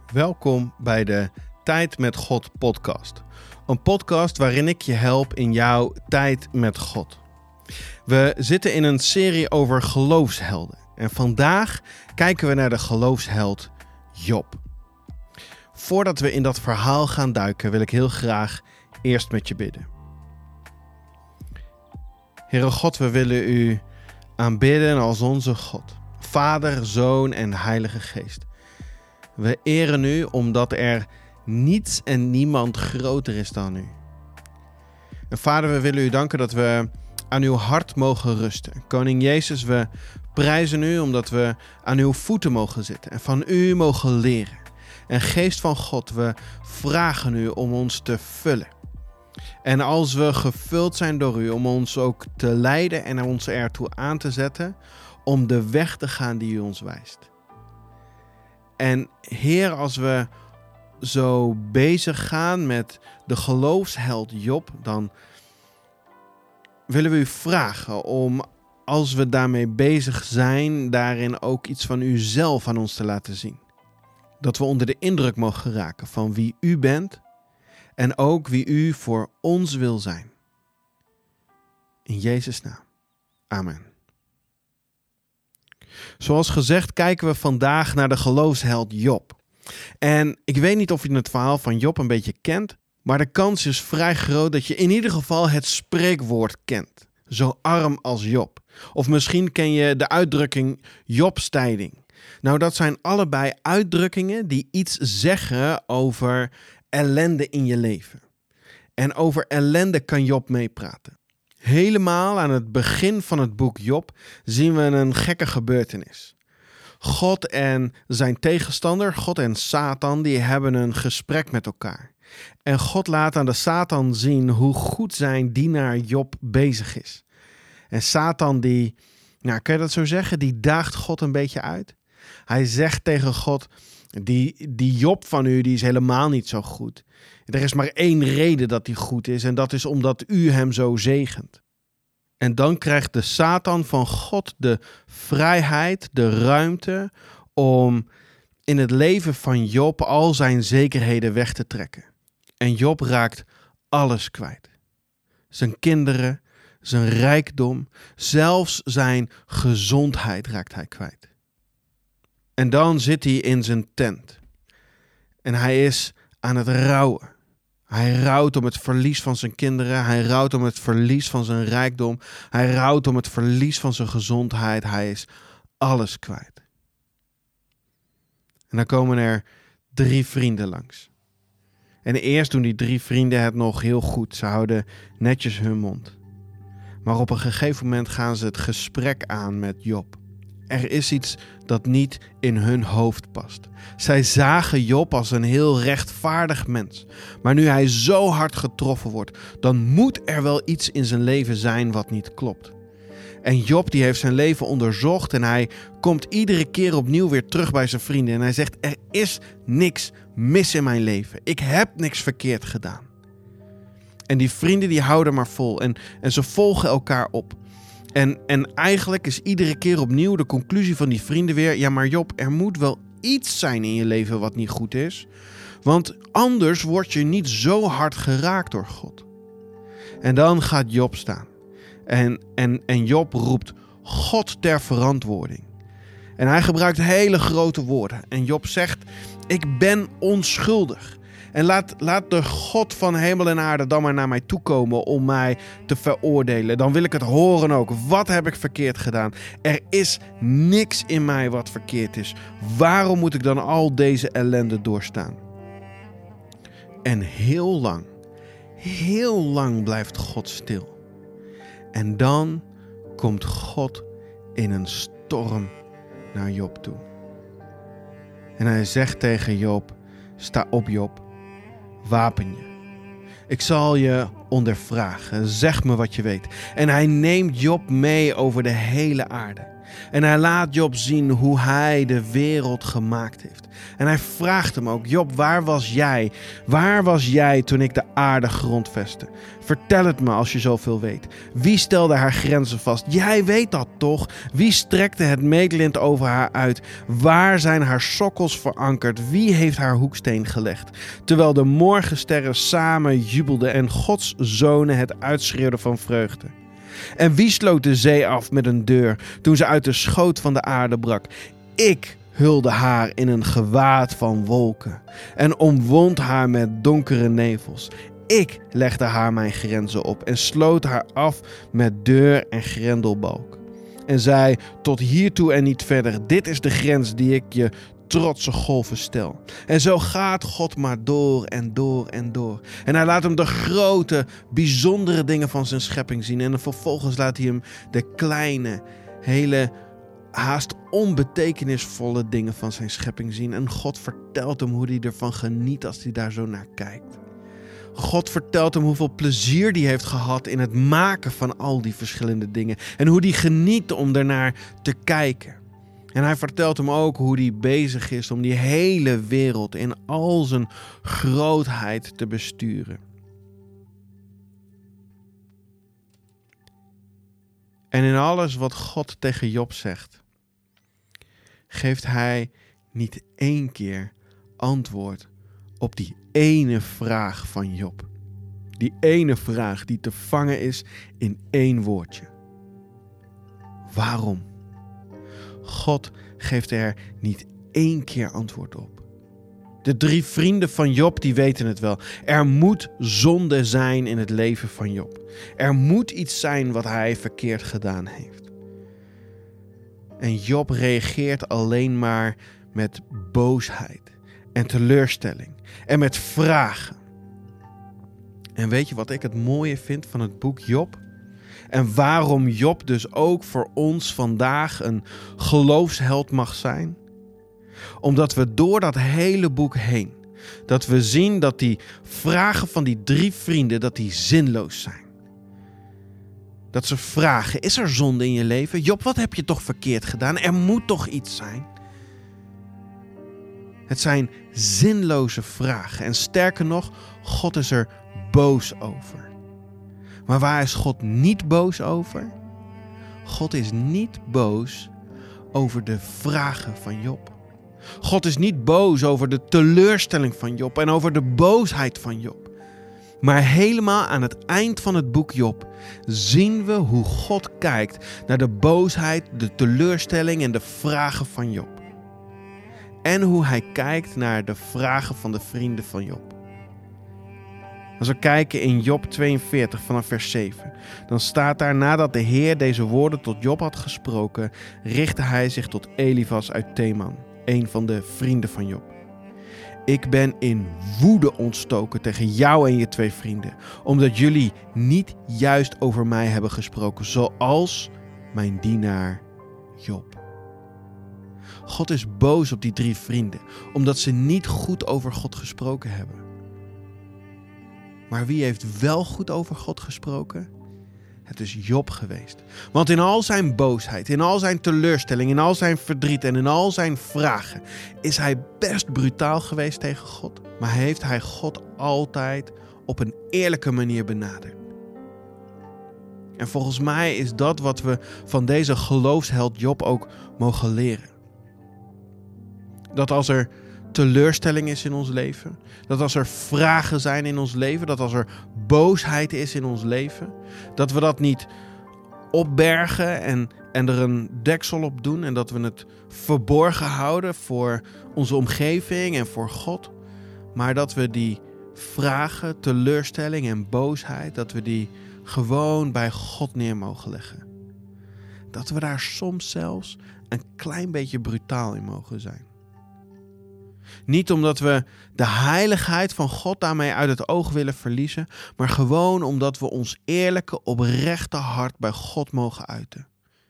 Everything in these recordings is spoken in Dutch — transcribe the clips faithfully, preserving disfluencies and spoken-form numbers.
Welkom bij de Tijd met God podcast. Een podcast waarin ik je help in jouw tijd met God. We zitten in een serie over geloofshelden. En vandaag kijken we naar de geloofsheld Job. Voordat we in dat verhaal gaan duiken, wil ik heel graag eerst met je bidden. Heere God, we willen u aanbidden als onze God. Vader, Zoon en Heilige Geest. We eren u omdat er niets en niemand groter is dan u. En Vader, we willen u danken dat we aan uw hart mogen rusten. Koning Jezus, we prijzen u omdat we aan uw voeten mogen zitten en van u mogen leren. En Geest van God, we vragen u om ons te vullen. En als we gevuld zijn door u, om ons ook te leiden en ons ertoe aan te zetten om de weg te gaan die u ons wijst. En Heer, als we zo bezig gaan met de geloofsheld Job, dan willen we u vragen om, als we daarmee bezig zijn, daarin ook iets van u zelf aan ons te laten zien. Dat we onder de indruk mogen raken van wie u bent en ook wie u voor ons wil zijn. In Jezus' naam. Amen. Zoals gezegd kijken we vandaag naar de geloofsheld Job. En ik weet niet of je het verhaal van Job een beetje kent, maar de kans is vrij groot dat je in ieder geval het spreekwoord kent. Zo arm als Job. Of misschien ken je de uitdrukking Jobstijding. Nou, dat zijn allebei uitdrukkingen die iets zeggen over ellende in je leven. En over ellende kan Job meepraten. Helemaal aan het begin van het boek Job zien we een gekke gebeurtenis. God en zijn tegenstander, God en Satan, die hebben een gesprek met elkaar. En God laat aan de Satan zien hoe goed zijn dienaar Job bezig is. En Satan die, nou kan je dat zo zeggen, die daagt God een beetje uit. Hij zegt tegen God, die, die Job van u die is helemaal niet zo goed. Er is maar één reden dat hij goed is en dat is omdat u hem zo zegent. En dan krijgt de Satan van God de vrijheid, de ruimte om in het leven van Job al zijn zekerheden weg te trekken. En Job raakt alles kwijt. Zijn kinderen, zijn rijkdom, zelfs zijn gezondheid raakt hij kwijt. En dan zit hij in zijn tent. En hij is aan het rouwen. Hij rouwt om het verlies van zijn kinderen. Hij rouwt om het verlies van zijn rijkdom. Hij rouwt om het verlies van zijn gezondheid. Hij is alles kwijt. En dan komen er drie vrienden langs. En eerst doen die drie vrienden het nog heel goed. Ze houden netjes hun mond. Maar op een gegeven moment gaan ze het gesprek aan met Job. Er is iets dat niet in hun hoofd past. Zij zagen Job als een heel rechtvaardig mens. Maar nu hij zo hard getroffen wordt, dan moet er wel iets in zijn leven zijn wat niet klopt. En Job die heeft zijn leven onderzocht en hij komt iedere keer opnieuw weer terug bij zijn vrienden. En hij zegt, er is niks mis in mijn leven. Ik heb niks verkeerd gedaan. En die vrienden die houden maar vol en, en ze volgen elkaar op. En, en eigenlijk is iedere keer opnieuw de conclusie van die vrienden weer, ja maar Job, er moet wel iets zijn in je leven wat niet goed is. Want anders word je niet zo hard geraakt door God. En dan gaat Job staan. En, en, en Job roept God ter verantwoording. En hij gebruikt hele grote woorden. En Job zegt, ik ben onschuldig. En laat, laat de God van hemel en aarde dan maar naar mij toekomen om mij te veroordelen. Dan wil ik het horen ook. Wat heb ik verkeerd gedaan? Er is niks in mij wat verkeerd is. Waarom moet ik dan al deze ellende doorstaan? En heel lang, heel lang blijft God stil. En dan komt God in een storm naar Job toe. En hij zegt tegen Job, sta op Job. Wapen je. Ik zal je ondervragen. Zeg me wat je weet. En hij neemt Job mee over de hele aarde. En hij laat Job zien hoe hij de wereld gemaakt heeft. En hij vraagt hem ook: Job, waar was jij? Waar was jij toen ik de aarde grondvestte? Vertel het me als je zoveel weet. Wie stelde haar grenzen vast? Jij weet dat toch? Wie strekte het meetlint over haar uit? Waar zijn haar sokkels verankerd? Wie heeft haar hoeksteen gelegd? Terwijl de morgensterren samen jubelden en Gods zonen het uitschreeuwden van vreugde. En wie sloot de zee af met een deur toen ze uit de schoot van de aarde brak? Ik hulde haar in een gewaad van wolken en omwond haar met donkere nevels. Ik legde haar mijn grenzen op en sloot haar af met deur en grendelbalk. En zei: tot hiertoe en niet verder. Dit is de grens die ik je trotse golven stel. En zo gaat God maar door en door en door. En hij laat hem de grote, bijzondere dingen van zijn schepping zien. En vervolgens laat hij hem de kleine, hele, haast onbetekenisvolle dingen van zijn schepping zien. En God vertelt hem hoe hij ervan geniet als hij daar zo naar kijkt. God vertelt hem hoeveel plezier hij heeft gehad in het maken van al die verschillende dingen. En hoe hij geniet om ernaar te kijken. En hij vertelt hem ook hoe hij bezig is om die hele wereld in al zijn grootheid te besturen. En in alles wat God tegen Job zegt, geeft hij niet één keer antwoord op die ene vraag van Job. Die ene vraag die te vangen is in één woordje. Waarom? God geeft er niet één keer antwoord op. De drie vrienden van Job die weten het wel. Er moet zonde zijn in het leven van Job. Er moet iets zijn wat hij verkeerd gedaan heeft. En Job reageert alleen maar met boosheid en teleurstelling en met vragen. En weet je wat ik het mooie vind van het boek Job? En waarom Job dus ook voor ons vandaag een geloofsheld mag zijn? Omdat we door dat hele boek heen, dat we zien dat die vragen van die drie vrienden, dat die zinloos zijn. Dat ze vragen: is er zonde in je leven? Job, wat heb je toch verkeerd gedaan? Er moet toch iets zijn? Het zijn zinloze vragen. En sterker nog, God is er boos over. Maar waar is God niet boos over? God is niet boos over de vragen van Job. God is niet boos over de teleurstelling van Job en over de boosheid van Job. Maar helemaal aan het eind van het boek Job zien we hoe God kijkt naar de boosheid, de teleurstelling en de vragen van Job. En hoe hij kijkt naar de vragen van de vrienden van Job. Als we kijken in Job tweeënveertig vanaf vers zeven, dan staat daar: nadat de Heer deze woorden tot Job had gesproken, richtte hij zich tot Elifas uit Teman, een van de vrienden van Job. Ik ben in woede ontstoken tegen jou en je twee vrienden, omdat jullie niet juist over mij hebben gesproken, zoals mijn dienaar Job. God is boos op die drie vrienden, omdat ze niet goed over God gesproken hebben. Maar wie heeft wel goed over God gesproken? Het is Job geweest. Want in al zijn boosheid, in al zijn teleurstelling, in al zijn verdriet en in al zijn vragen is hij best brutaal geweest tegen God. Maar heeft hij God altijd op een eerlijke manier benaderd. En volgens mij is dat wat we van deze geloofsheld Job ook mogen leren. Dat als er teleurstelling is in ons leven, dat als er vragen zijn in ons leven, dat als er boosheid is in ons leven, dat we dat niet opbergen en, en er een deksel op doen en dat we het verborgen houden voor onze omgeving en voor God, maar dat we die vragen, teleurstelling en boosheid, dat we die gewoon bij God neer mogen leggen. Dat we daar soms zelfs een klein beetje brutaal in mogen zijn. Niet omdat we de heiligheid van God daarmee uit het oog willen verliezen, maar gewoon omdat we ons eerlijke, oprechte hart bij God mogen uiten.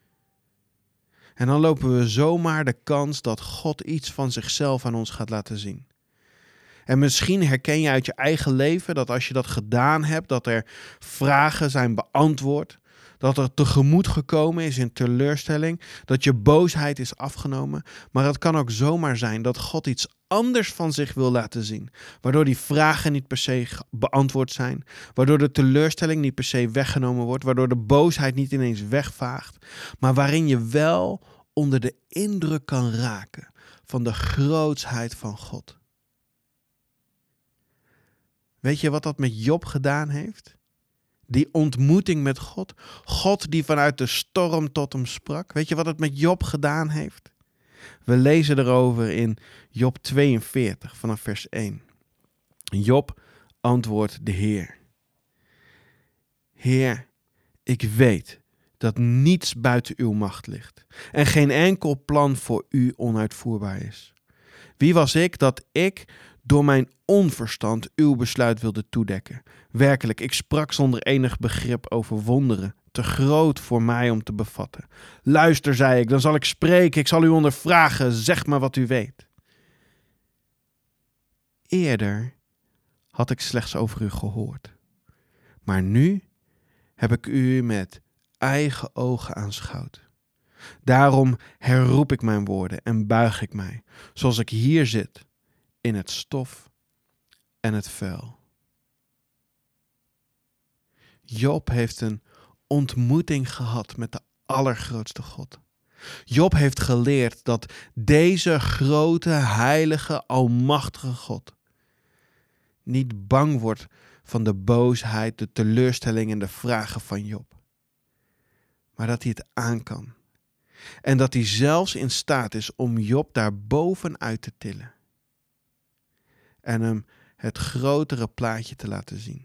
En dan lopen we zomaar de kans dat God iets van zichzelf aan ons gaat laten zien. En misschien herken je uit je eigen leven dat als je dat gedaan hebt, dat er vragen zijn beantwoord, Dat er tegemoet gekomen is in teleurstelling. Dat je boosheid is afgenomen. Maar het kan ook zomaar zijn dat God iets anders van zich wil laten zien. Waardoor die vragen niet per se beantwoord zijn. Waardoor de teleurstelling niet per se weggenomen wordt. Waardoor de boosheid niet ineens wegvaagt. Maar waarin je wel onder de indruk kan raken van de grootsheid van God. Weet je wat dat met Job gedaan heeft? Die ontmoeting met God. God die vanuit de storm tot hem sprak. Weet je wat het met Job gedaan heeft? We lezen erover in Job tweeënveertig vanaf vers één. Job antwoordt de Heer. Heer, ik weet dat niets buiten uw macht ligt. En geen enkel plan voor u onuitvoerbaar is. Wie was ik dat ik door mijn onverstand uw besluit wilde toedekken? Werkelijk, ik sprak zonder enig begrip over wonderen, te groot voor mij om te bevatten. Luister, zei ik, dan zal ik spreken, ik zal u ondervragen, zeg maar wat u weet. Eerder had ik slechts over u gehoord. Maar nu heb ik u met eigen ogen aanschouwd. Daarom herroep ik mijn woorden en buig ik mij, zoals ik hier zit, in het stof en het vuil. Job heeft een ontmoeting gehad met de allergrootste God. Job heeft geleerd dat deze grote, heilige, almachtige God niet bang wordt van de boosheid, de teleurstelling en de vragen van Job. Maar dat hij het aan kan. En dat hij zelfs in staat is om Job daar bovenuit te tillen. En hem het grotere plaatje te laten zien.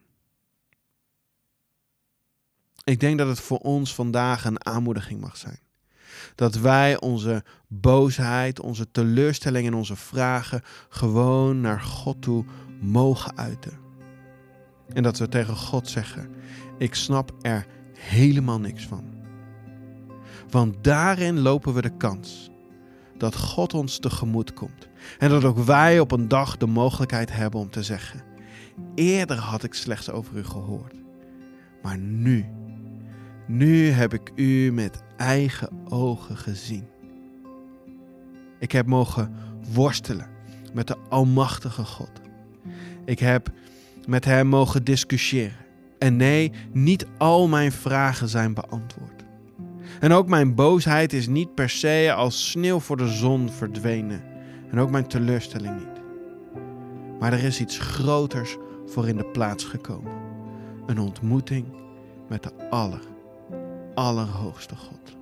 Ik denk dat het voor ons vandaag een aanmoediging mag zijn. Dat wij onze boosheid, onze teleurstelling en onze vragen gewoon naar God toe mogen uiten. En dat we tegen God zeggen, ik snap er helemaal niks van. Want daarin lopen we de kans dat God ons tegemoet komt. En dat ook wij op een dag de mogelijkheid hebben om te zeggen, eerder had ik slechts over u gehoord. Maar nu, nu heb ik u met eigen ogen gezien. Ik heb mogen worstelen met de almachtige God. Ik heb met hem mogen discussiëren. En nee, niet al mijn vragen zijn beantwoord. En ook mijn boosheid is niet per se als sneeuw voor de zon verdwenen. En ook mijn teleurstelling niet. Maar er is iets groters voor in de plaats gekomen. Een ontmoeting met de aller, allerhoogste God.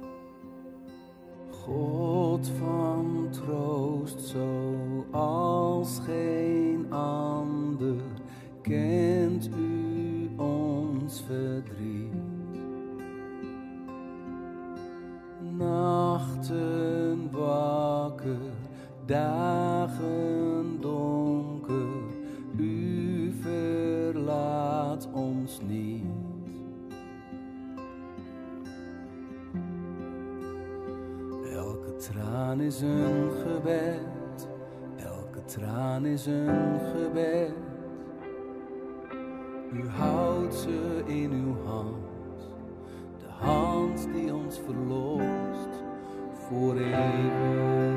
God van troost zoals geen ander, kent u ons verdriet. Nachten wakker, dagen donker, u verlaat ons niet. Elke traan is een gebed, elke traan is een gebed. U houdt ze in uw hand, de hand die ons verlost voor eeuwig.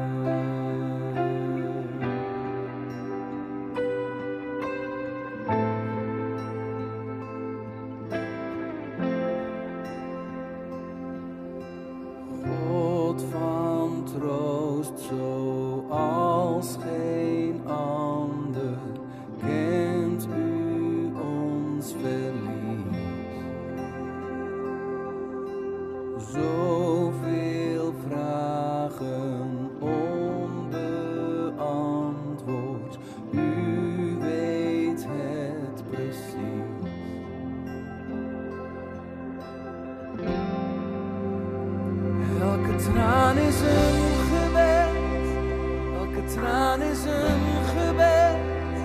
God van troost zoals geen ander, kent u ons verlies. Zoveel vragen onbeantwoord, u weet het precies. Elke traan is een gebed, elke traan is een gebed.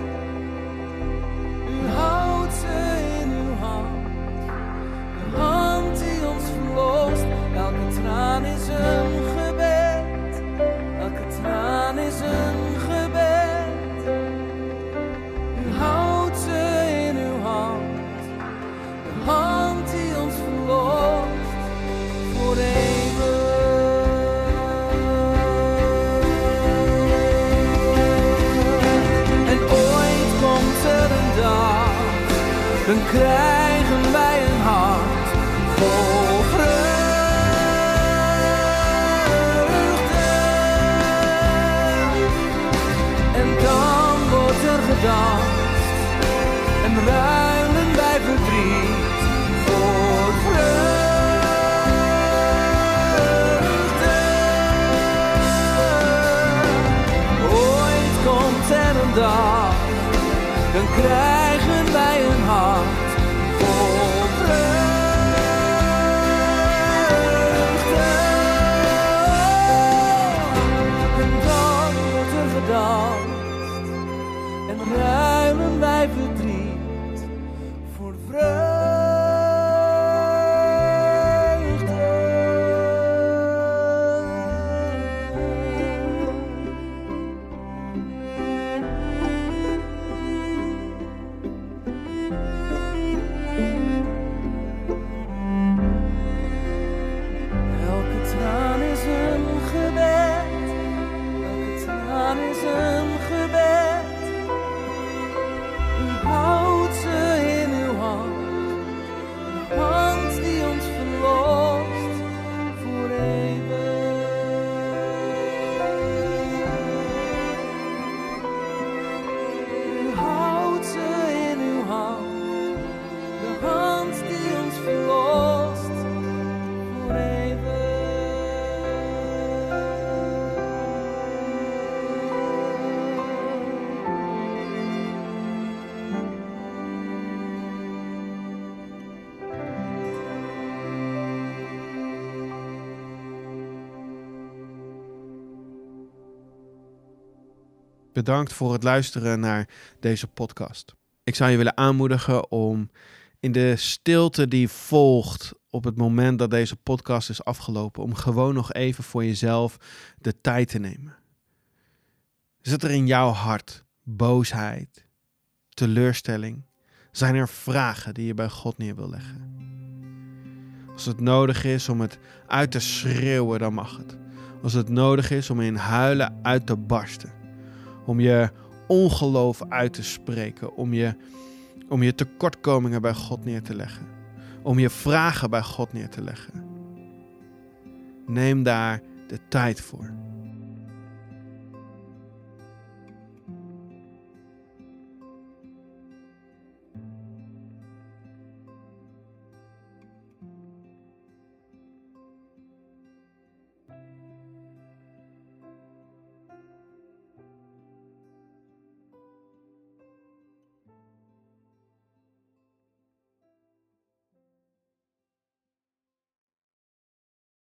U houdt ze in uw hand, de hand die ons verlost. Elke traan is een gebed, elke traan is een gebed. U houdt ze in uw hand, de hand die ons verlost. dan krijgen wij een hart vol vreugde. En dan wordt er gedanst en ruilen wij verdriet voor vreugde. Ooit komt er een dag, dan krijgen wij een hart vol vreugde. En dan wordt er gedanst en ruilen wij verdriet voor vreugde. Elke traan is een gebed, elke traan is een gebed. U houdt ze in uw hand, een hand die ons verlost voor eeuwig. U houdt ze in uw hand, de hand die ons verlost voor eeuwig. Bedankt voor het luisteren naar deze podcast. Ik zou je willen aanmoedigen om in de stilte die volgt op het moment dat deze podcast is afgelopen, om gewoon nog even voor jezelf de tijd te nemen. Zit er in jouw hart boosheid, teleurstelling? Zijn er vragen die je bij God neer wil leggen? Als het nodig is om het uit te schreeuwen, dan mag het. Als het nodig is om in huilen uit te barsten. Om je ongeloof uit te spreken. Om je, om je tekortkomingen bij God neer te leggen. Om je vragen bij God neer te leggen. Neem daar de tijd voor.